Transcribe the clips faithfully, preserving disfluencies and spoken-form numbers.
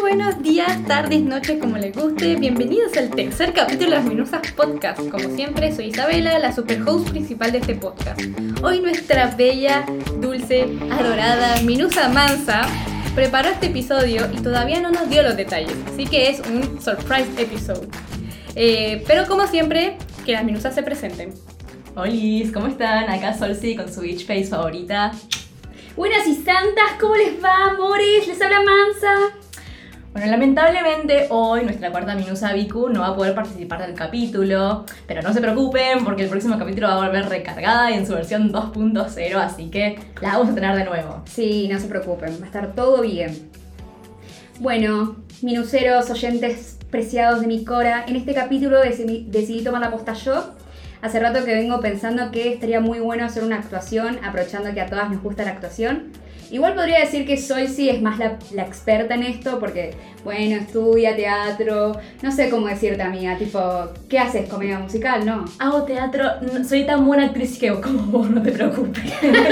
buenos días, tardes, noches, como les guste. Bienvenidos al tercer capítulo de las Minusas Podcast. Como siempre, soy Isabela, la super host principal de este podcast. Hoy nuestra bella, dulce, adorada Minusa Mansa preparó este episodio y todavía no nos dio los detalles, así que es un surprise episode. Eh, pero como siempre, que las Minusas se presenten. Hola, ¿cómo están? Acá Solsi con su beach face favorita. Buenas y santas, ¿cómo les va, amores? Les habla Mansa. Bueno, lamentablemente hoy nuestra cuarta Minusa Viku no va a poder participar del capítulo, pero no se preocupen porque el próximo capítulo va a volver recargada y en su versión dos punto cero, así que la vamos a tener de nuevo. Sí, no se preocupen, va a estar todo bien. Bueno, minuseros, oyentes preciados de mi cora, en este capítulo decidí, decidí tomar la posta yo. Hace rato que vengo pensando que estaría muy bueno hacer una actuación, aprovechando que a todas nos gusta la actuación. Igual podría decir que Solsi es más la, la experta en esto, porque, bueno, estudia teatro, no sé cómo decirte, amiga, tipo, ¿qué haces? ¿Comedia musical? No. Hago teatro, no, soy tan buena actriz que como vos, no te preocupes.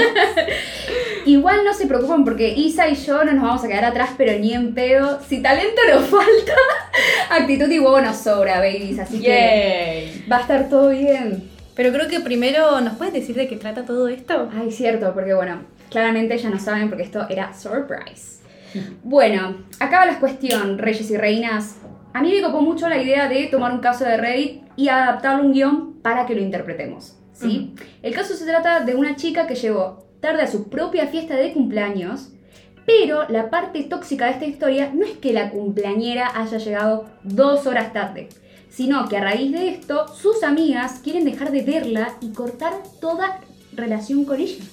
Igual no se preocupen porque Isa y yo no nos vamos a quedar atrás, pero ni en pedo. Si talento nos falta, actitud y huevo nos sobra, babies, así Yay. que va a estar todo bien. Pero creo que primero, ¿nos puedes decir de qué trata todo esto? Ay, cierto, porque bueno, claramente ya no saben porque esto era surprise. Bueno, acaba la cuestión, reyes y reinas. A mí me copó mucho la idea de tomar un caso de Reddit y adaptarlo a un guión para que lo interpretemos, ¿sí? Uh-huh. El caso se trata de una chica que llegó tarde a su propia fiesta de cumpleaños, pero la parte tóxica de esta historia no es que la cumpleañera haya llegado dos horas tarde, sino que a raíz de esto, sus amigas quieren dejar de verla y cortar toda relación con ella.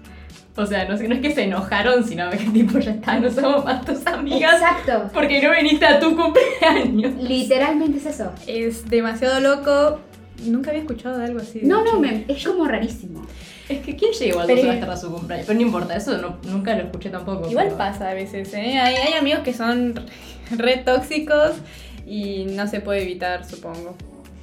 O sea, no, no es que se enojaron, sino que tipo ya está, no somos más tus amigas. Exacto. Porque no viniste a tu cumpleaños. Literalmente es eso. Es demasiado loco. Nunca había escuchado de algo así. De no, hecho. no, me, es como rarísimo. Es que ¿quién llegó a dos horas tarde a su cumpleaños? Pero no importa, eso no, nunca lo escuché tampoco. Igual pero... pasa a veces, ¿eh? Hay, hay amigos que son re tóxicos y no se puede evitar, supongo.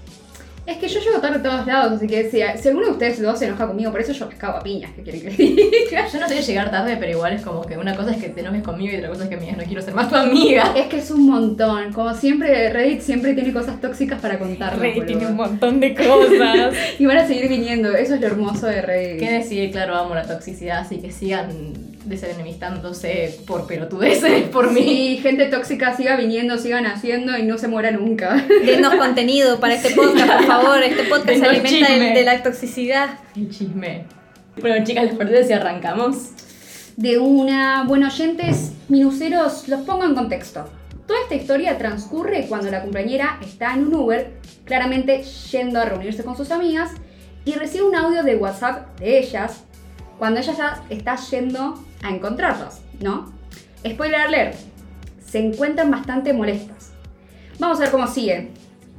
Es que yo llego tarde a todos lados, así que si, si alguno de ustedes dos se enoja conmigo, por eso yo les cago a piñas, ¿qué quieren que diga? Yo no sé llegar tarde, pero igual es como que una cosa es que te enojes conmigo y otra cosa es que me digas no quiero ser más tu amiga. Es que es un montón, como siempre Reddit siempre tiene cosas tóxicas para contar. Reddit tiene un montón de cosas. Y van a seguir viniendo, eso es lo hermoso de Reddit. ¿Qué decir? Claro, amo la toxicidad, así que sigan desenemistándose por pelotudeces por mí. Sí, gente tóxica siga viniendo, sigan haciendo y no se muera nunca. Denos contenido para este podcast, por favor. Este podcast Denos se alimenta de, chisme. de la toxicidad. El chisme. Bueno, chicas, ¿les parece si arrancamos? De una... Bueno, oyentes minuseros, los pongo en contexto. Toda esta historia transcurre cuando la cumpleañera está en un Uber, claramente yendo a reunirse con sus amigas, y recibe un audio de WhatsApp de ellas, cuando ella ya está yendo a encontrarlas, ¿no? Spoiler alert, se encuentran bastante molestas. Vamos a ver cómo sigue.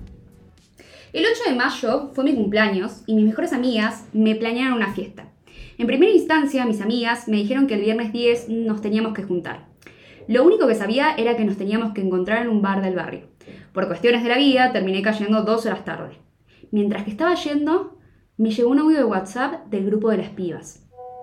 El ocho de mayo fue mi cumpleaños y mis mejores amigas me planearon una fiesta. En primera instancia, mis amigas me dijeron que el viernes diez nos teníamos que juntar. Lo único que sabía era que nos teníamos que encontrar en un bar del barrio. Por cuestiones de la vida, terminé cayendo dos horas tarde. Mientras que estaba yendo, me llegó un audio de WhatsApp del grupo de las pibas.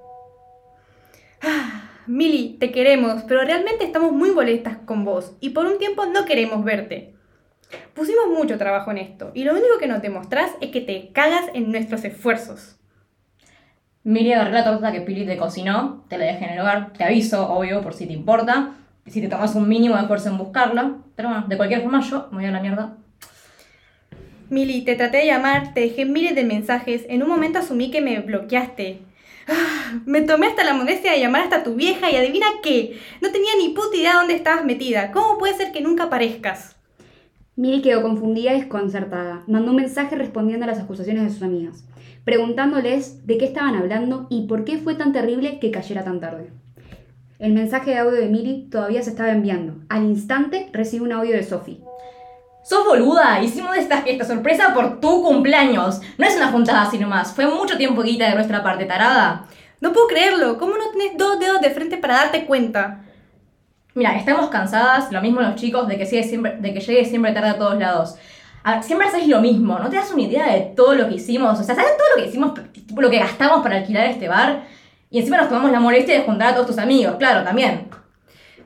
Mili, te queremos, pero realmente estamos muy molestas con vos y por un tiempo no queremos verte. Pusimos mucho trabajo en esto y lo único que nos demostrás es que te cagas en nuestros esfuerzos. Mili, agarré la torta que Pili te cocinó, te la dejé en el hogar, te aviso, obvio, por si te importa, si te tomas un mínimo de esfuerzo en buscarla, pero bueno, de cualquier forma yo me voy a la mierda. Mili, te traté de llamar, te dejé miles de mensajes, en un momento asumí que me bloqueaste. Me tomé hasta la molestia de llamar hasta tu vieja y adivina qué, no tenía ni puta idea dónde estabas metida. ¿Cómo puede ser que nunca aparezcas? Mili quedó confundida y desconcertada. Mandó un mensaje respondiendo a las acusaciones de sus amigas, preguntándoles de qué estaban hablando y por qué fue tan terrible que cayera tan tarde. El mensaje de audio de Mili todavía se estaba enviando. Al instante recibe un audio de Sofi. ¡Sos boluda! Hicimos esta fiesta sorpresa por tu cumpleaños. No es una juntada así nomás. Fue mucho tiempo guita de nuestra parte, tarada. No puedo creerlo. ¿Cómo no tenés dos dedos de frente para darte cuenta? Mira, estamos cansadas, lo mismo los chicos, de que, sigue siempre, de que llegue siempre tarde a todos lados. A, siempre haces lo mismo. ¿No te das una idea de todo lo que hicimos? O sea, ¿sabes todo lo que hicimos? Tipo, lo que gastamos para alquilar este bar. Y encima nos tomamos la molestia de juntar a todos tus amigos. Claro, también.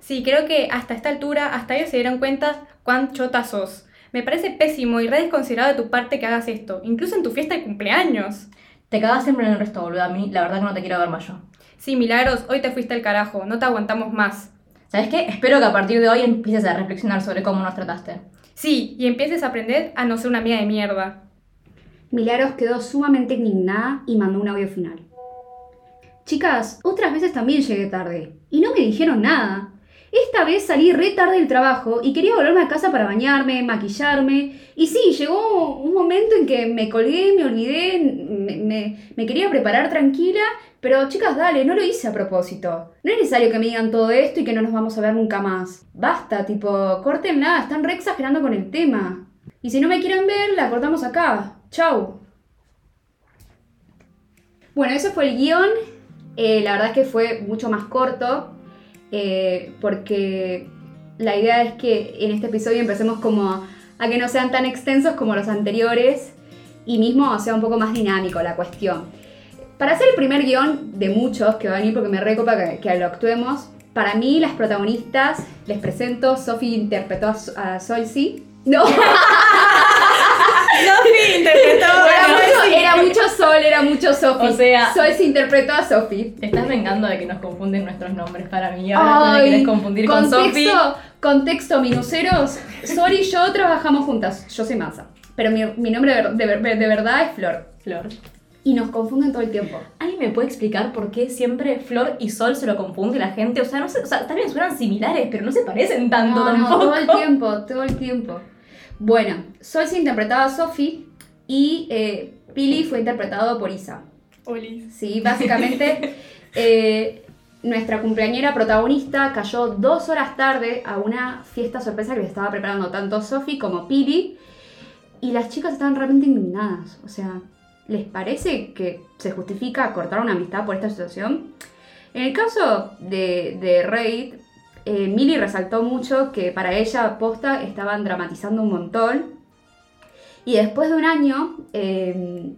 Sí, creo que hasta esta altura, hasta ellos se dieron cuenta cuán chota sos. Me parece pésimo y re desconsiderado de tu parte que hagas esto, incluso en tu fiesta de cumpleaños. Te cagas siempre en el resto, boludo. A mí, la verdad que no te quiero ver más yo. Sí, Milagros, hoy te fuiste al carajo, no te aguantamos más. ¿Sabes qué? Espero que a partir de hoy empieces a reflexionar sobre cómo nos trataste. Sí, y empieces a aprender a no ser una amiga de mierda. Milagros quedó sumamente indignada y mandó un audio final. Chicas, otras veces también llegué tarde y no me dijeron nada. Esta vez salí re tarde del trabajo y quería volverme a casa para bañarme, maquillarme. Y sí, llegó un momento en que me colgué, me olvidé, me, me, me quería preparar tranquila. Pero chicas, dale, no lo hice a propósito. No es necesario que me digan todo esto y que no nos vamos a ver nunca más. Basta, tipo, córtenla, están re exagerando con el tema. Y si no me quieren ver, la cortamos acá. Chau. Bueno, ese fue el guión. Eh, la verdad es que fue mucho más corto. Eh, porque la idea es que en este episodio empecemos como a que no sean tan extensos como los anteriores y mismo sea un poco más dinámico la cuestión. Para hacer el primer guión de muchos que va a venir porque me recopa que, que lo actuemos, para mí las protagonistas les presento. Sophie interpretó a, a Solsi. No. Sophie interpretó Era a mucho, era mucho Sol, era mucho Sophie. O sea- Solsi interpretó a Sophie. Te estás vengando de que nos confunden nuestros nombres para mí. Ahora me querés confundir con Sophie. contexto, contexto, minuceros. Sol y yo trabajamos juntas. Yo soy Masa. Pero mi, mi nombre de, de, de verdad es Flor. Flor. Y nos confunden todo el tiempo. ¿Alguien me puede explicar por qué siempre Flor y Sol se lo confunde la gente? O sea, no sé, o sea, también suenan similares, pero no se parecen tanto No, no, tampoco. todo el tiempo, todo el tiempo. Bueno, Sol se interpretaba a Sophie y eh, Pili fue interpretado por Isa. Oli. Sí, básicamente eh, nuestra cumpleañera protagonista cayó dos horas tarde a una fiesta sorpresa que le estaba preparando tanto Sophie como Pili. Y las chicas estaban realmente indignadas. O sea, ¿les parece que se justifica cortar una amistad por esta situación? En el caso de, de Reid, eh, Millie resaltó mucho que para ella, posta, estaban dramatizando un montón. Y después de un año, eh,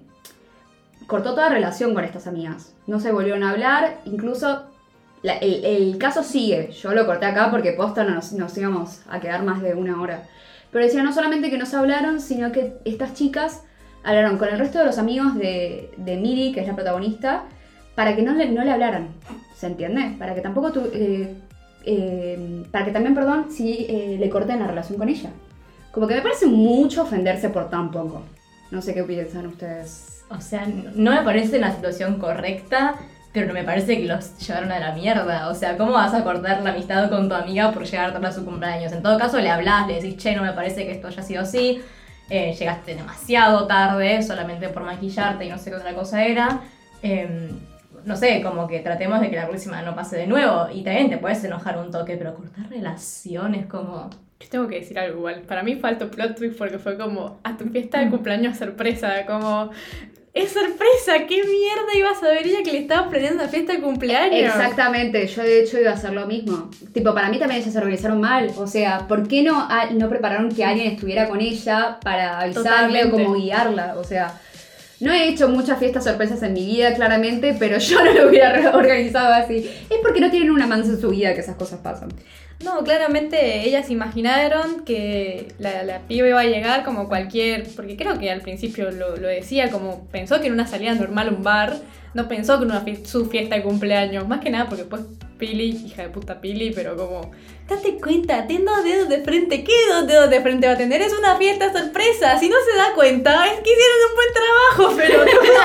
cortó toda relación con estas amigas. No se volvieron a hablar, incluso la, el, el caso sigue. Yo lo corté acá porque posta no nos, nos íbamos a quedar más de una hora. Pero decía no solamente que no se hablaron, sino que estas chicas hablaron con el resto de los amigos de, de Millie, que es la protagonista, para que no le, no le hablaran, ¿se entiende? Para que tampoco tu, eh, eh, para que también, perdón, si eh, le corten la relación con ella. Como que me parece mucho ofenderse por tan poco. No sé qué piensan ustedes. O sea, no me parece una situación correcta, pero no me parece que los llevaron a la mierda. O sea, ¿cómo vas a cortar la amistad con tu amiga por llegar tarde a su cumpleaños? En todo caso, le hablás, le decís, che, no me parece que esto haya sido así. Eh, llegaste demasiado tarde, solamente por maquillarte y no sé qué otra cosa era. Eh, no sé, como que tratemos de que la próxima no pase de nuevo. Y también te puedes enojar un toque, pero cortar relaciones como... Yo tengo que decir algo igual. Para mí fue alto plot twist porque fue como a tu fiesta de cumpleaños sorpresa, como... ¡Es sorpresa! ¿Qué mierda ibas a ver ella que le estaba planeando una fiesta de cumpleaños? Exactamente, yo de hecho iba a hacer lo mismo. Tipo, para mí también ellas se organizaron mal. O sea, ¿por qué no, a- no prepararon que alguien estuviera con ella para avisarle Totalmente. o como guiarla? O sea, no he hecho muchas fiestas sorpresas en mi vida, claramente, pero yo no lo hubiera re- organizado así. Es porque no tienen una mansa en su vida que esas cosas pasan. No, claramente ellas imaginaron que la, la piba iba a llegar como cualquier... Porque creo que al principio lo, lo decía, como pensó que en una salida normal a un bar, no pensó que en una fie- su fiesta de cumpleaños. Más que nada porque pues Pili, hija de puta Pili, pero como... Date cuenta, ten dos dedos de frente. ¿Qué dos dedos de frente va a tener? Es una fiesta sorpresa. Si no se da cuenta, es que hicieron un buen trabajo, pero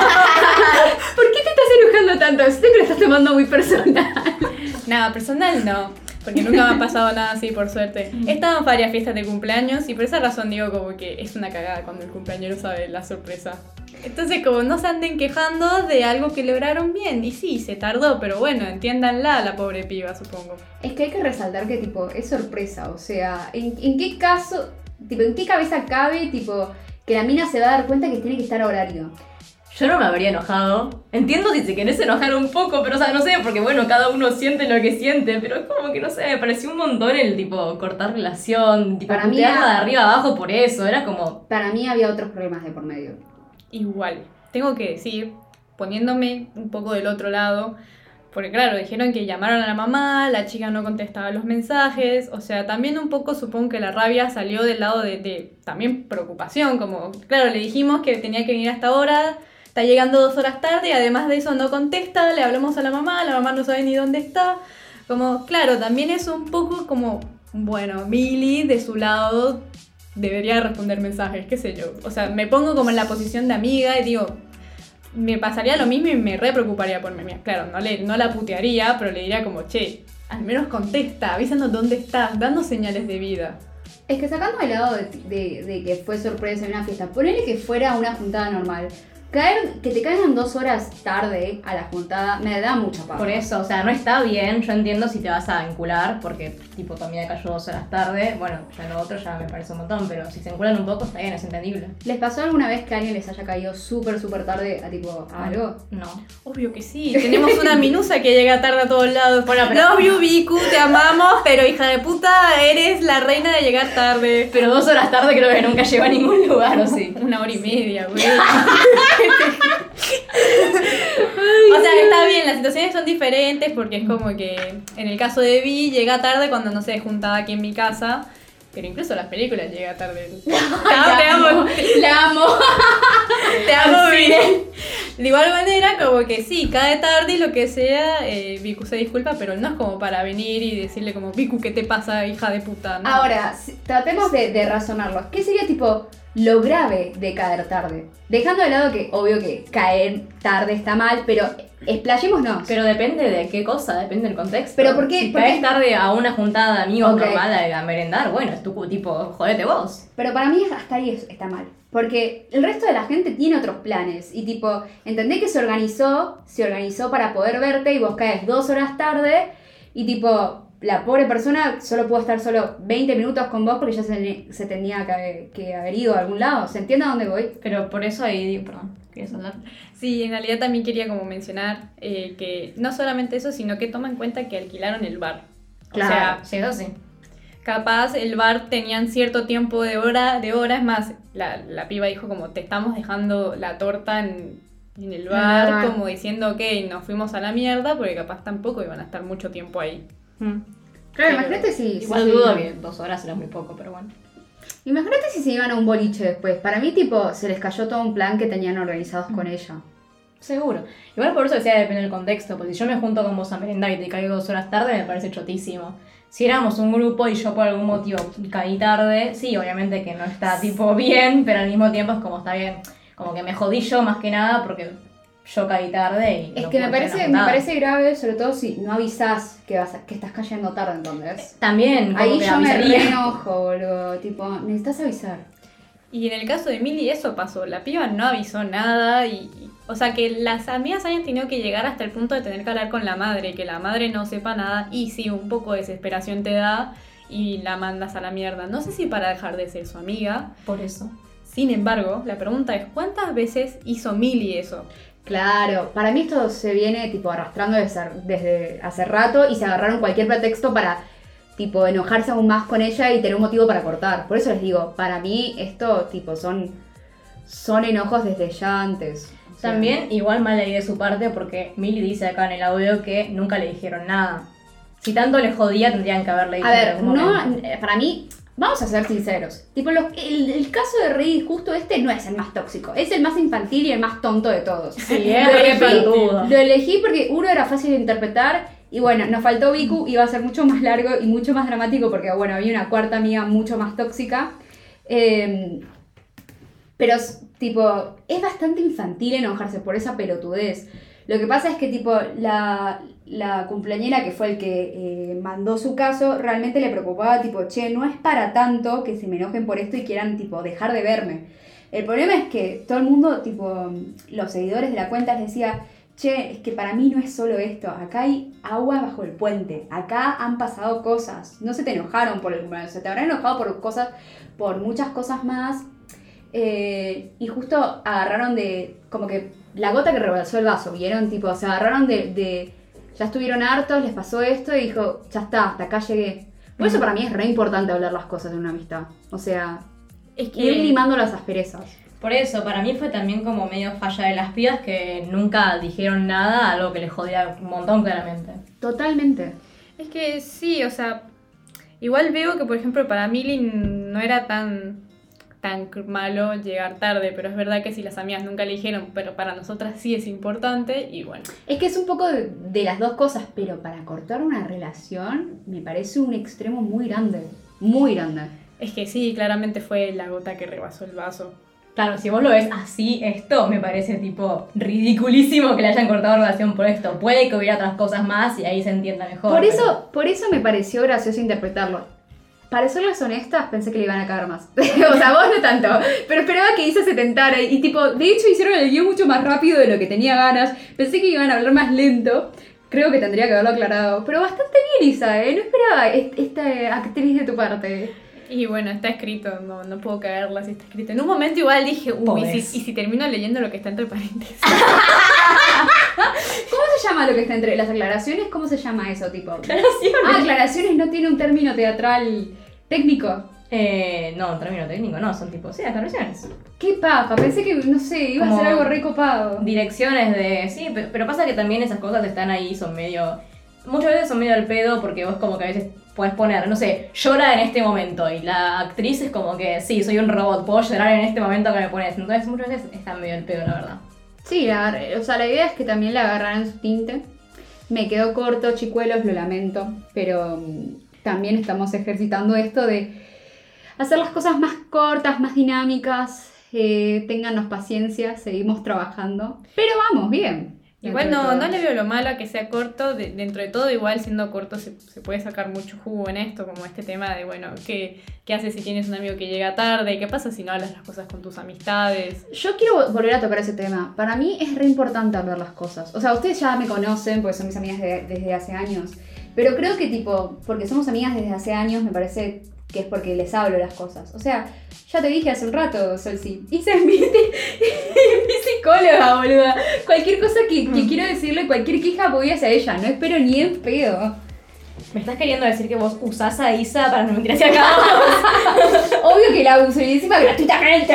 no. ¿Por qué te estás enojando tanto? Sé que lo estás tomando muy personal. Nada, personal no. Porque nunca me ha pasado nada así, por suerte. He estado en varias fiestas de cumpleaños y por esa razón digo como que es una cagada cuando el cumpleañero sabe la sorpresa. Entonces como no se anden quejando de algo que lograron bien. Y sí, se tardó, pero bueno, entiéndanla la pobre piba, supongo. Es que hay que resaltar que, tipo, es sorpresa. O sea, ¿en, en qué caso, tipo, en qué cabeza cabe, tipo, que la mina se va a dar cuenta que tiene que estar a horario? Yo no me habría enojado. Entiendo si te querés enojar un poco, pero o sea, no sé, porque bueno, cada uno siente lo que siente, pero es como que no sé, me pareció un montón el tipo cortar relación, tipo Para mí putearla era- de arriba abajo por eso, era como... Para mí había otros problemas de por medio. Igual, tengo que decir, poniéndome un poco del otro lado, Porque claro, dijeron que llamaron a la mamá, la chica no contestaba los mensajes, o sea, también un poco supongo que la rabia salió del lado de, de también preocupación, como, claro, le dijimos que tenía que venir hasta ahora, está llegando dos horas tarde y además de eso no contesta, le hablamos a la mamá, la mamá no sabe ni dónde está, como, claro, también es un poco como, bueno, Milly de su lado debería responder mensajes, qué sé yo, o sea, me pongo como en la posición de amiga y digo... Me pasaría lo mismo y me re preocuparía por mi amiga. Claro, no, le, no la putearía, pero le diría como, che, al menos contesta, avísanos dónde estás, dando señales de vida. Es que sacando de lado de, de, de que fue sorpresa en una fiesta, ponele que fuera una juntada normal. Caer, que te caigan dos horas tarde a la juntada me da mucha paz. Por eso, o sea, no está bien, yo entiendo si te vas a vincular, porque tipo tu amiga cayó dos horas tarde, bueno, ya lo otro ya me parece un montón, pero si se vinculan un poco está bien, es entendible. ¿Les pasó alguna vez que alguien les haya caído súper, súper tarde a tipo a algo? No. Obvio que sí, tenemos una minusa que llega tarde a todos lados. Bueno, pero... Love you, Vicu, te amamos, pero hija de puta, eres la reina de llegar tarde. Pero dos horas tarde creo que nunca llegó a ningún lugar, ¿o sí? Una hora y media, güey. O sea, está bien, las situaciones son diferentes porque es como que en el caso de Vi llega tarde cuando no se juntaba aquí en mi casa, pero incluso las películas llega tarde. Te amo, te amo, La amo. te amo, Vi. De igual manera, como que sí, cae tarde y lo que sea, eh, Vicu se disculpa, pero no es como para venir y decirle como, Vicu, ¿qué te pasa, hija de puta? No. Ahora, si- tratemos de, de razonarlo. ¿Qué sería tipo lo grave de caer tarde? Dejando de lado que obvio que caer tarde está mal, pero explayémonos. Pero depende de qué cosa, depende del contexto. Pero ¿por qué- Si por caes qué? tarde a una juntada de amigos Ok. normal a, a merendar, bueno, es tu tipo, jodete vos. Pero para mí hasta ahí es- está mal. Porque el resto de la gente tiene otros planes. Y tipo, entendé que se organizó, se organizó para poder verte y vos caes dos horas tarde. Y tipo, la pobre persona solo pudo estar solo veinte minutos con vos porque ya se, se tenía que, que haber ido a algún lado. ¿Se entiende a dónde voy? Pero por eso ahí digo, perdón, ¿querías hablar? Sí, en realidad también quería como mencionar eh, que no solamente eso, sino que toma en cuenta que alquilaron el bar. O sea, sí, eso sí. capaz el bar tenían cierto tiempo de hora, de hora, es más, la, la piba dijo como te estamos dejando la torta en, en el bar, Ah. como diciendo ok, nos fuimos a la mierda, porque capaz tampoco iban a estar mucho tiempo ahí. Mm. Claro, Pero imagínate si... si Igual se dudo iban. que dos horas era muy poco, pero bueno. Imagínate si se iban a un boliche después. Para mí, tipo, se les cayó todo un plan que tenían organizados con ella. Seguro. Igual por eso decía depende del contexto, porque si yo me junto con vos a merendar y te caigo dos horas tarde, me parece chotísimo. Si éramos un grupo y yo por algún motivo caí tarde, sí, obviamente que no está tipo bien, pero al mismo tiempo es como está bien. Como que me jodí yo más que nada porque yo caí tarde y Es no que pude me ir a la parece, me juntada. parece grave, sobre todo si no avisás que, vas a- que estás cayendo tarde, ¿entendés? También, como Ahí que yo me avisaría. re enojo, boludo. Tipo, necesitas avisar. Y en el caso de Milly eso pasó, la piba no avisó nada y, y- o sea que las amigas hayan tenido que llegar hasta el punto de tener que hablar con la madre, que la madre no sepa nada y sí, un poco de desesperación te da y la mandas a la mierda. No sé si para dejar de ser su amiga, Por eso. sin embargo, la pregunta es ¿cuántas veces hizo Milly eso? Claro, para mí esto se viene tipo arrastrando desde, desde hace rato y se agarraron cualquier pretexto para tipo enojarse aún más con ella y tener un motivo para cortar. Por eso les digo, para mí esto tipo son, son enojos desde ya antes. O sea, También, igual mal leí de su parte porque Milly dice acá en el audio que nunca le dijeron nada. Si tanto le jodía, tendrían que haberle dicho A en ver, algún no, momento. eh, para mí, vamos a ser sinceros. Tipo, los- el, el caso de Rey, justo este, no es el más tóxico. Es el más infantil y el más tonto de todos. Sí, es lo, re elegí, pelotudo. lo elegí porque uno era fácil de interpretar. Y bueno, nos faltó Viku, iba a ser mucho más largo y mucho más dramático porque, bueno, había una cuarta amiga mucho más tóxica. Eh, pero, s- tipo, es bastante infantil enojarse por esa pelotudez. Lo que pasa es que, tipo, la, la cumpleañera que fue el que eh, mandó su caso, realmente le preocupaba, tipo, che, no es para tanto que se me enojen por esto y quieran, tipo, dejar de verme. El problema es que todo el mundo, tipo, los seguidores de la cuenta les decía, che, es que para mí no es solo esto, acá hay agua bajo el puente, acá han pasado cosas, no se te enojaron por el cumpleaños, se te habrán enojado por cosas, por muchas cosas más, eh, y justo agarraron de, como que la gota que rebalsó el vaso, ¿vieron? Tipo, se agarraron de, de, ya estuvieron hartos, les pasó esto y dijo, ya está, hasta acá llegué. Por eso para mí es re importante hablar las cosas de una amistad, o sea, Es que ir limando las asperezas. Por eso, para mí fue también como medio falla de las pibas que nunca dijeron nada, algo que les jodía un montón claramente. Totalmente. Es que sí, o sea, igual veo que, por ejemplo, para Milly no era tan, tan malo llegar tarde, pero es verdad que si las amigas nunca le dijeron, pero para nosotras sí es importante, y bueno. Es que es un poco de, de las dos cosas, pero para cortar una relación me parece un extremo muy grande, muy grande. Es que sí, claramente fue la gota que rebasó el vaso. Claro, si vos lo ves así, esto me parece tipo ridiculísimo que le hayan cortado relación por esto. Puede que hubiera otras cosas más y ahí se entienda mejor. Por pero... eso, por eso me pareció gracioso interpretarlo. Para serles honestas, pensé que le iban a cagar más. O sea, vos no tanto. Pero esperaba que Isa se tentara. Y tipo, de hecho hicieron el guión mucho más rápido de lo que tenía ganas. Pensé que iban a hablar más lento. Creo que tendría que haberlo aclarado. Pero bastante bien, Isa, ¿eh? No esperaba est- esta actriz de tu parte. Y bueno, está escrito, no, no puedo cagarla si está escrito. En un momento igual dije, uy, Podés. ¿y si, y si termino leyendo lo que está entre paréntesis? ¿Cómo se llama lo que está entre las aclaraciones? ¿Cómo se llama eso, tipo? Aclaraciones. Ah, aclaraciones no tiene un término teatral técnico. Eh, no, término técnico, no, son tipo, sí, aclaraciones. Qué paja, pensé que, no sé, iba Como a ser algo re copado. Direcciones de, sí, pe- pero pasa que también esas cosas están ahí, son medio, muchas veces son medio al pedo porque vos como que a veces puedes poner, no sé, llora en este momento y la actriz es como que, sí, soy un robot, puedo llorar en este momento que me pones, entonces muchas veces están medio al pedo, la verdad. Sí, la, o sea, la idea es que también la agarraran su tinte. Me quedó corto, chicuelos, lo lamento, pero mm, también estamos ejercitando esto de hacer las cosas más cortas, más dinámicas. Eh, téngannos paciencia, seguimos trabajando, pero vamos, bien. Igual Dentro de no, todo. no le veo lo malo a que sea corto, de- dentro de todo igual siendo corto se, se puede sacar mucho jugo en esto, como este tema de, bueno, ¿qué, qué haces si tienes un amigo que llega tarde? ¿Qué pasa si no hablas las cosas con tus amistades? Yo quiero volver a tocar ese tema. Para mí es re importante hablar las cosas. O sea, ustedes ya me conocen porque son mis amigas de- desde hace años. Pero creo que tipo, porque somos amigas desde hace años, me parece que es porque les hablo las cosas. O sea, ya te dije hace un rato, Solsi. Isa es mi, mi psicóloga, boluda. Cualquier cosa que, que quiero decirle, cualquier queja voy hacia ella. No espero ni en pedo. ¿Me estás queriendo decir que vos usás a Isa para no mentir hacia acá? Obvio que la uso y encima gratuitamente.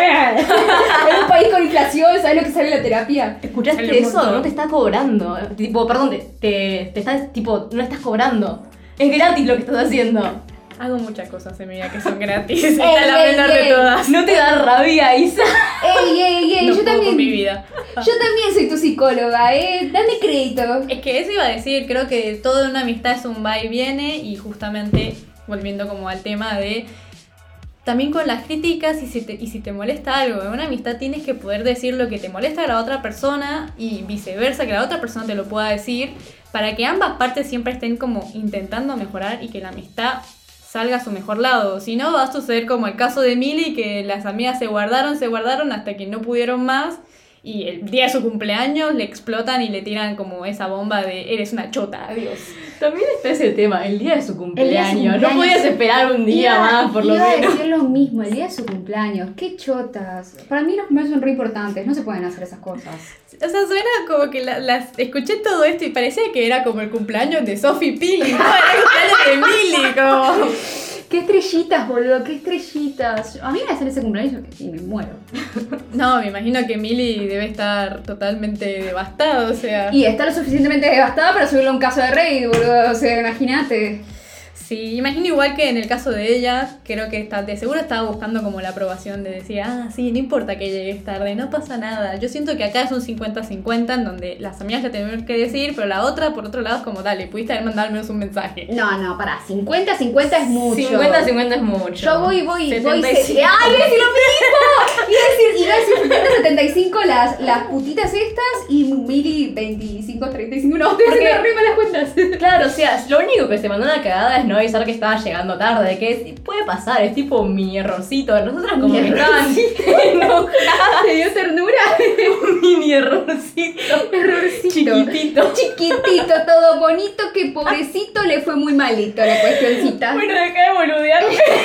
En un país con inflación, ¿sabes lo que sale la terapia? ¿Escuchaste Sale un eso? montón. No te está cobrando. Tipo, perdón, te, te, te estás, tipo, no estás cobrando. Es gratis lo que estás haciendo. Hago muchas cosas en mi vida que son gratis, esta Ey, es la ey, menor de ey. todas. No te da rabia, Isa. Ey, ey, ey, No yo puedo también. con mi vida. Yo también soy tu psicóloga, eh. Dame crédito. Es que eso iba a decir, creo que toda una amistad es un va y viene y justamente volviendo como al tema de también con las críticas y si te, y si te molesta algo, en una amistad tienes que poder decir lo que te molesta a la otra persona y viceversa, que la otra persona te lo pueda decir para que ambas partes siempre estén como intentando mejorar y que la amistad salga a su mejor lado. Si no, va a suceder como el caso de Milly, que las amigas se guardaron, se guardaron hasta que no pudieron más y el día de su cumpleaños le explotan y le tiran como esa bomba de eres una chota, adiós. También está ese tema, el día de su El día cumpleaños. de su cumpleaños. No podías esperar un día Iba- más, por lo iba menos. a decir lo mismo, el día de su cumpleaños. Qué chotas. Para mí los cumpleaños son re importantes, no se pueden hacer esas cosas. O sea, suena como que la- las escuché todo esto y parecía que era como el cumpleaños de Sophie Pili, no, era el cumpleaños de Milly, como... Qué estrellitas, boludo, qué estrellitas. A mí me hacen ese cumpleaños y me muero. No, me imagino que Milly debe estar totalmente devastado, o sea... Y está lo suficientemente devastada para subirle a un caso de Reddit, boludo. O sea, imagínate. Sí, imagino igual que en el caso de ella, creo que está, de seguro estaba buscando como la aprobación de decir, ah, sí, no importa que llegues tarde, no pasa nada. Yo siento que acá es un cincuenta cincuenta en donde las amigas le tienen que decir, pero la otra, por otro lado, es como, dale, pudiste haber mandado al menos un mensaje. No, no, pará, cincuenta cincuenta es mucho. cincuenta cincuenta es mucho. Yo voy, voy, voy. setenta y cinco. se- ¡Ay, iba a decir lo mismo! Iba a decir, iba a decir setenta setenta y cinco las, las putitas estas y Mili veinticinco treinta y cinco. No, estoy haciendo re malas cuentas. Claro, o sea, lo único que se mandó una cagada es no avisar que estaba llegando tarde, que es- puede pasar, es tipo mi errorcito. Nosotras como Mi que estaban enojadas. ¿Te dio ternura? Un mini errorcito. Errorcito. Chiquitito. Chiquitito, todo bonito, que pobrecito le fue muy malito la cuestioncita. Bueno, dejá de boludear.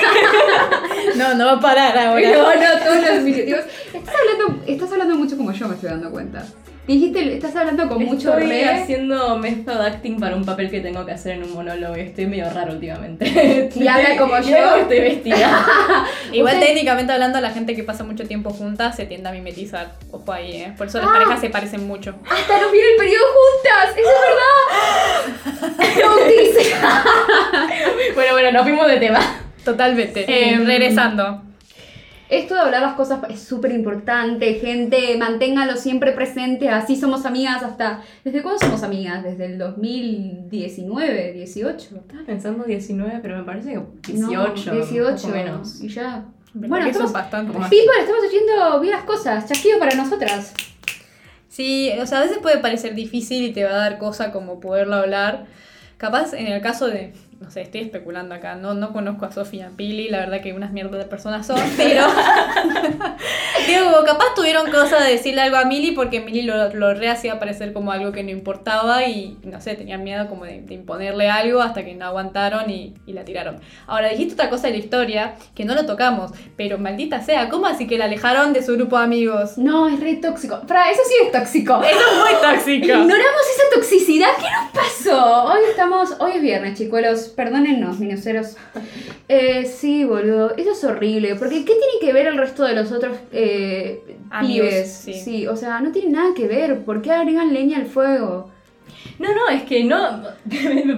No, no va a parar ahora. No, no, todos los diminutivos. Estás hablando, estás hablando mucho como yo, me estoy dando cuenta. Dijiste, estás hablando con mucho Estoy re. haciendo method acting para un papel que tengo que hacer en un monólogo y estoy medio raro últimamente. Y habla como Y yo. veo que estoy vestida. Igual Usted- técnicamente hablando, la gente que pasa mucho tiempo juntas se tiende a mimetizar. Ojo ahí, ¿eh? Por eso las Ah. parejas se parecen mucho. Hasta nos viene el periodo juntas, eso es verdad. Bautice. Bueno, bueno, nos fuimos de tema. Totalmente. Sí. Eh, regresando. Esto de hablar las cosas es súper importante, gente, manténganlo siempre presente, así somos amigas hasta... ¿Desde cuándo somos amigas? ¿Desde el dos mil diecinueve, dieciocho? Estaba pensando diecinueve, pero me parece que No, dieciocho. dieciocho, Un poco menos. y ya... Bueno, Bueno, eso es estamos... bastante. People, estamos haciendo bien las cosas, chasquido para nosotras. Sí, o sea, a veces puede parecer difícil y te va a dar cosa como poderlo hablar. Capaz en el caso de, no sé, estoy especulando acá, no, no conozco a Sofía Pili, la verdad que unas mierdas de personas son, pero digo, como capaz tuvieron cosa de decirle algo a Mili porque Mili lo, lo re hacía parecer como algo que no importaba y, no sé, tenían miedo como de, de imponerle algo hasta que no aguantaron y, y la tiraron. Ahora, dijiste otra cosa de la historia que no lo tocamos, pero maldita sea, ¿cómo así que la alejaron de su grupo de amigos? No, es re tóxico. Fra, eso sí es tóxico. Eso es muy tóxico. Ignoramos esa toxicidad. ¿Qué nos pasó? Hoy estamos, hoy es viernes, chicuelos. Perdónennos, minuseros. Eh, sí, boludo. Eso es horrible. Porque ¿qué tiene que ver el resto de los otros eh, Amigos, pibes? sí. Sí, o sea, no tiene nada que ver. ¿Por qué agregan leña al fuego? No, no, es que no. ¿Por qué me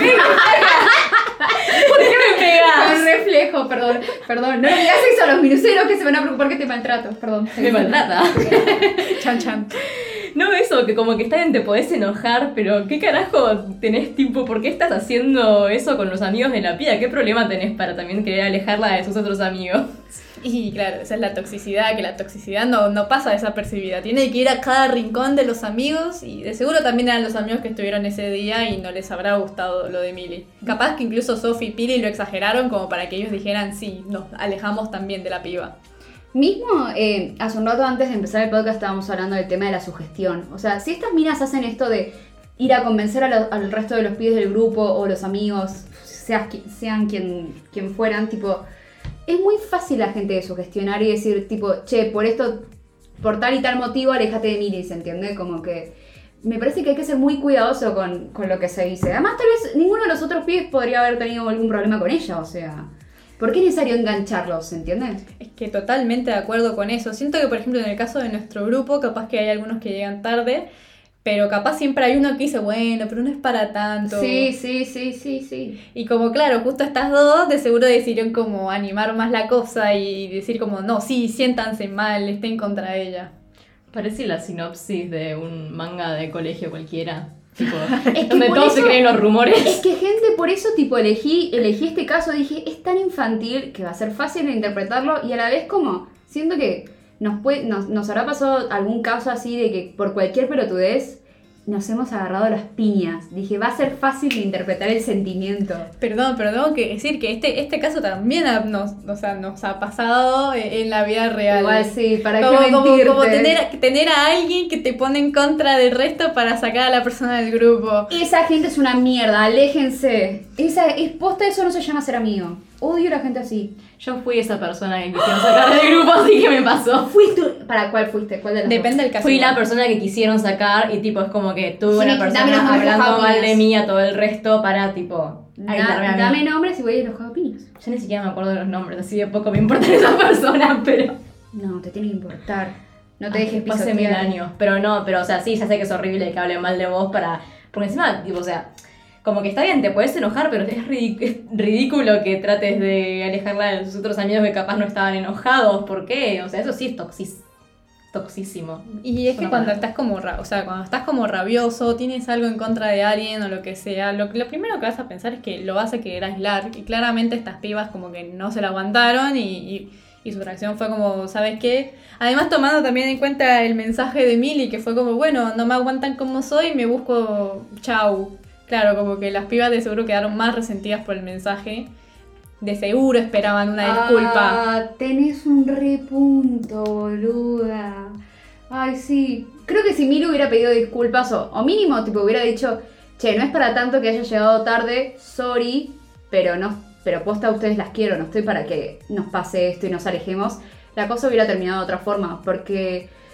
pegas? Con reflejo, perdón. Perdón. No le digas eso a los minuseros que se van a preocupar que te maltrato. Perdón. Me maltrata. Chan chan. No, eso, que como que está bien, te podés enojar, pero ¿qué carajo tenés tipo? ¿Por qué estás haciendo eso con los amigos de la pía? ¿Qué problema tenés para también querer alejarla de sus otros amigos? Y claro, esa es la toxicidad, que la toxicidad no, no pasa desapercibida. Tiene que ir a cada rincón de los amigos y de seguro también eran los amigos que estuvieron ese día y no les habrá gustado lo de Mili. Capaz que incluso Sophie y Pili lo exageraron como para que ellos dijeran sí, nos alejamos también de la piba. Mismo, eh, hace un rato antes de empezar el podcast estábamos hablando del tema de la sugestión. O sea, si estas minas hacen esto de ir a convencer a lo- al resto de los pibes del grupo o los amigos, seas qui- sean quien, quien fueran, tipo, es muy fácil la gente de sugestionar y decir, tipo, che, por esto, por tal y tal motivo, aléjate de Mili, ¿se entiende? Como que me parece que hay que ser muy cuidadoso con, con lo que se dice. Además, tal vez ninguno de los otros pibes podría haber tenido algún problema con ella, o sea... ¿Por qué es necesario engancharlos, se entiende? Es que totalmente de acuerdo con eso. Siento que, por ejemplo, en el caso de nuestro grupo, capaz que hay algunos que llegan tarde, pero capaz siempre hay uno que dice, bueno, pero no es para tanto. Sí, sí, sí, sí, sí. Y como, claro, justo estas dos de seguro decidieron como animar más la cosa y decir como, no, sí, siéntanse mal, estén contra ella. Parece la sinopsis de un manga de colegio cualquiera. Tipo, que donde por todos se eso- creen los rumores. Es que gente, por eso tipo elegí, elegí este caso, dije, es tan infantil que va a ser fácil de interpretarlo y a la vez como, siento que nos, puede, nos, nos habrá pasado algún caso así de que por cualquier pelotudez nos hemos agarrado a las piñas. Dije, va a ser fácil de interpretar el sentimiento. Perdón, pero tengo que decir que este, este caso también ha- nos, o sea, nos ha pasado en la vida real. Igual sí, para Como, qué como, mentirte. como tener, tener a alguien que te pone en contra del resto para sacar a la persona del grupo. Esa gente es una mierda, aléjense. Esa, es posta, eso no se llama ser amigo. Odio a la gente así. Yo fui esa persona que quisieron sacar del grupo, así que me pasó. ¿Fuiste? ¿Para cuál fuiste? ¿Cuál de las Depende dos? del caso. Fui la persona que quisieron sacar y tipo es como que tuve Sí, una dame los persona nombres hablando enojado mal de mías. mí a todo el resto para tipo aislarme a Da- mí. dame nombres y voy a ir a los jalapeños. Yo ni siquiera me acuerdo de los nombres, así de poco me importan esas personas, pero... No, te tiene que importar. No te Ay, dejes que pase mil pisotear. años. Pero no, pero o sea, sí, ya sé que es horrible que hablen mal de vos para... Porque encima, tipo, o sea, como que está bien, te puedes enojar, pero es, ridic- es ridículo que trates de alejarla de sus otros amigos que capaz no estaban enojados. ¿Por qué? O sea, eso sí es toxis toxísimo. Y es que Una cuando palabra. estás como ra- o sea, cuando estás como rabioso, tienes algo en contra de alguien o lo que sea, lo, lo primero que vas a pensar es que lo vas a querer aislar. Y claramente estas pibas como que no se la aguantaron y, y, y su reacción fue como, ¿sabes qué? Además tomando también en cuenta el mensaje de Mili, que fue como, bueno, no me aguantan como soy, me busco chau. Claro, como que las pibas de seguro quedaron más resentidas por el mensaje. De seguro esperaban una disculpa. Ah, tenés un repunto, boluda. Ay, sí. Creo que si Milo hubiera pedido disculpas o, o mínimo, tipo, hubiera dicho, che, no es para tanto que haya llegado tarde, sorry, pero no, pero posta a ustedes las quiero, no estoy para que nos pase esto y nos alejemos. La cosa hubiera terminado de otra forma, porque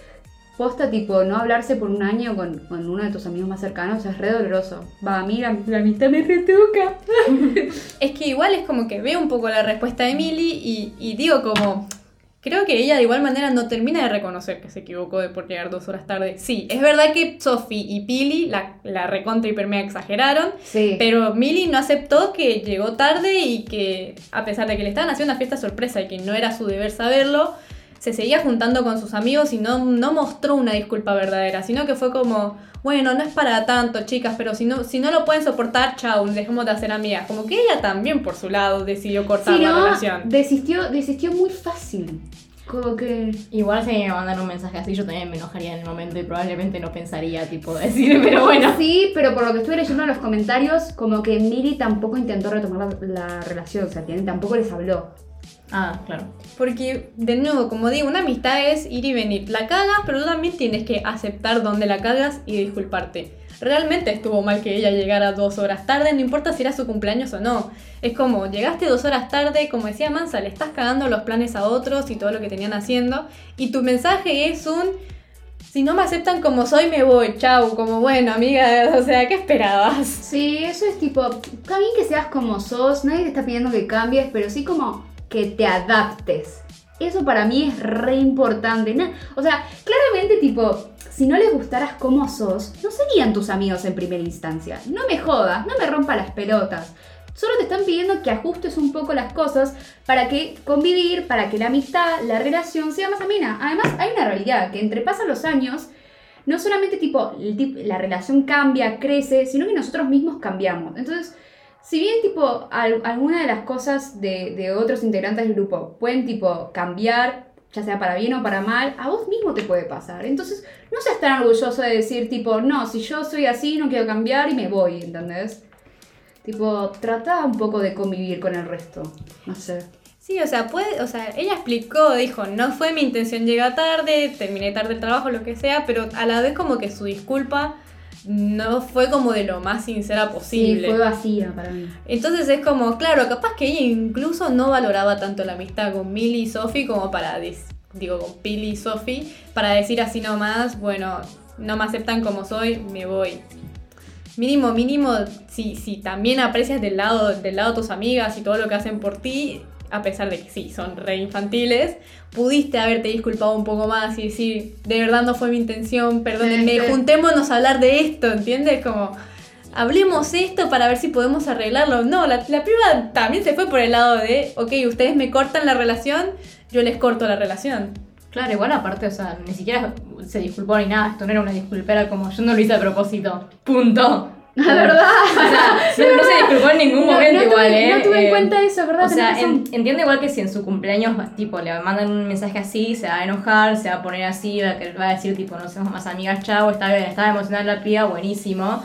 Posta, tipo, no hablarse por un año con, con uno de tus amigos más cercanos es re doloroso. Va, a mí la, la amistad me retoca. Es que igual es como que veo un poco la respuesta de Milly y, y digo como... Creo que ella de igual manera no termina de reconocer que se equivocó de por llegar dos horas tarde. Sí, es verdad que Sophie y Pili la, la recontra hiper mega exageraron, Sí. pero Milly no aceptó que llegó tarde y que a pesar de que le estaban haciendo una fiesta sorpresa y que no era su deber saberlo, se seguía juntando con sus amigos y no, no mostró una disculpa verdadera, sino que fue como, bueno, no es para tanto, chicas, pero si no, si no lo pueden soportar, chau, dejemos de hacer amigas. Como que ella también, por su lado, decidió cortar Sí, la no, relación. desistió, desistió muy fácil. Como que... Igual si me mandan un mensaje así, yo también me enojaría en el momento y probablemente no pensaría, tipo, decir, pero bueno. Sí, pero por lo que estuve leyendo en los comentarios, como que Milly tampoco intentó retomar la, la relación, o sea, que tampoco les habló. Ah, claro. Porque, de nuevo, como digo, una amistad es ir y venir. La cagas, pero tú también tienes que aceptar dónde la cagas y disculparte. Realmente estuvo mal que ella llegara dos horas tarde, no importa si era su cumpleaños o no. Es como, llegaste dos horas tarde, como decía Mansa, le estás cagando los planes a otros y todo lo que tenían haciendo. Y tu mensaje es un, si no me aceptan como soy, me voy, chau, como bueno, amiga, o sea, ¿qué esperabas? Sí, eso es tipo, está bien que seas como sos, nadie te está pidiendo que cambies, pero sí como que te adaptes. Eso para mí es re importante. Na- O sea, claramente tipo, si no les gustaras como sos, no serían tus amigos en primera instancia. No me jodas, no me rompa las pelotas. Solo te están pidiendo que ajustes un poco las cosas para que convivir, para que la amistad, la relación sea más amena. Además, hay una realidad, que entre pasan los años, no solamente tipo, el tip- la relación cambia, crece, sino que nosotros mismos cambiamos. Entonces, si bien tipo al- alguna de las cosas de, de otros integrantes del grupo pueden tipo cambiar, ya sea para bien o para mal, a vos mismo te puede pasar. Entonces, no seas tan orgulloso de decir tipo, no, si yo soy así, no quiero cambiar y me voy, ¿entendés? Tipo, trata un poco de convivir con el resto, no sé. Sí, o sea, puede, o sea, ella explicó, dijo, no fue mi intención llegar tarde, terminé tarde el trabajo, lo que sea, pero a la vez como que su disculpa no fue como de lo más sincera posible. Sí, fue vacía para mí. Entonces es como, claro, capaz que ella incluso no valoraba tanto la amistad con Milly y Sophie como para, des- digo, con Pili y Sophie, para decir así nomás, bueno, no me aceptan como soy, me voy. Mínimo, mínimo, si, si también aprecias del lado, del lado de tus amigas y todo lo que hacen por ti, a pesar de que sí, son re infantiles, pudiste haberte disculpado un poco más y decir, de verdad no fue mi intención, perdónenme, Sí, sí. juntémonos a hablar de esto, ¿entiendes? Como, hablemos esto para ver si podemos arreglarlo. No, la, la piba también se fue por el lado de, ok, ustedes me cortan la relación, yo les corto la relación. Claro, igual aparte, o sea, ni siquiera se disculpó ni nada, esto no era una disculpa, era como, yo no lo hice a propósito, punto. La verdad. O sea, no, no se disculpó en ningún No, momento no tuve- igual, ¿eh? no tuve en Eh, cuenta eso, ¿verdad? O sea, Tenés en- razón. entiendo igual que si en su cumpleaños, tipo, le mandan un mensaje así, se va a enojar, se va a poner así, va a, querer- va a decir, tipo, no somos más amigas, chavo, está bien, estaba emocionada la piba, buenísimo.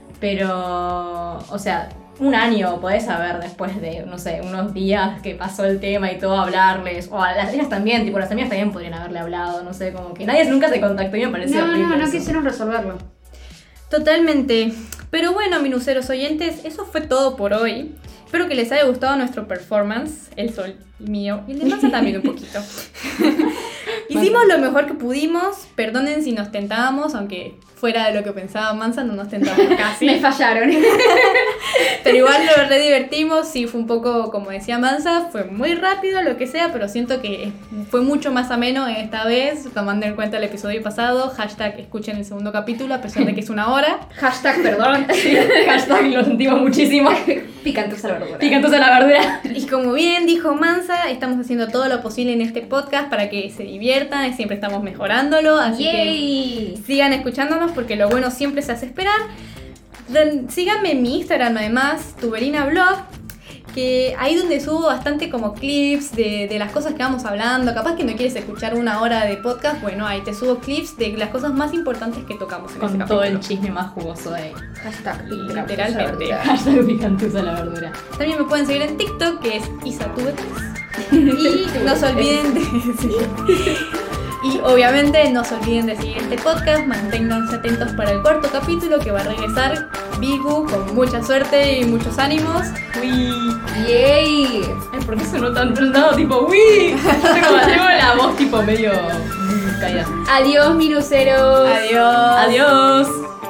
Pero, o sea, un año podés saber después de, no sé, unos días que pasó el tema y todo, hablarles. O a las ellas también, tipo, las amigas también podrían haberle hablado, no sé, como que nadie nunca se contactó y me pareció No, horrible no, no eso. quisieron resolverlo. Totalmente. Pero bueno, minuceros oyentes, eso fue todo por hoy. Espero que les haya gustado nuestro performance, el sol mío y el de Mansa también un poquito. Hicimos lo mejor que pudimos, perdonen si nos tentábamos, aunque fuera de lo que pensaba Mansa no nos tentamos casi. Me fallaron. Pero igual lo re divertimos, sí, fue un poco, como decía Mansa, fue muy rápido, lo que sea, pero siento que fue mucho más ameno esta vez, tomando en cuenta el episodio pasado. Hashtag escuchen el segundo capítulo, a pesar de que es una hora. Hashtag perdón. Hashtag lo sentimos muchísimo. Picantes a la verdura. Picantos a la verdura. Y como bien dijo Mansa, estamos haciendo todo lo posible en este podcast para que se diviertan, siempre estamos mejorándolo, así Yay. que sigan escuchándonos porque lo bueno siempre se hace esperar. Ren- Síganme en mi Instagram además, Tuberina Blog, que ahí donde subo bastante como clips de, de las cosas que vamos hablando. Capaz que no quieres escuchar una hora de podcast, bueno, ahí te subo clips de las cosas más importantes que tocamos en ese Con todo el capítulo. chisme más jugoso de Hashtag Literalmente. hashtag picantos a la verdura. También me pueden seguir en TikTok, que es isatube Y no se olviden de... sí. Y obviamente no se olviden de seguir este podcast, manténganse atentos para el cuarto capítulo que va a regresar Vigu con mucha suerte y muchos ánimos. Uy. Yay. Ay, ¿por qué sonó tan no, tipo uy? Yo tengo, tengo la voz tipo tipo medio mm, caída. Adiós, minuseros. Adiós. Adiós.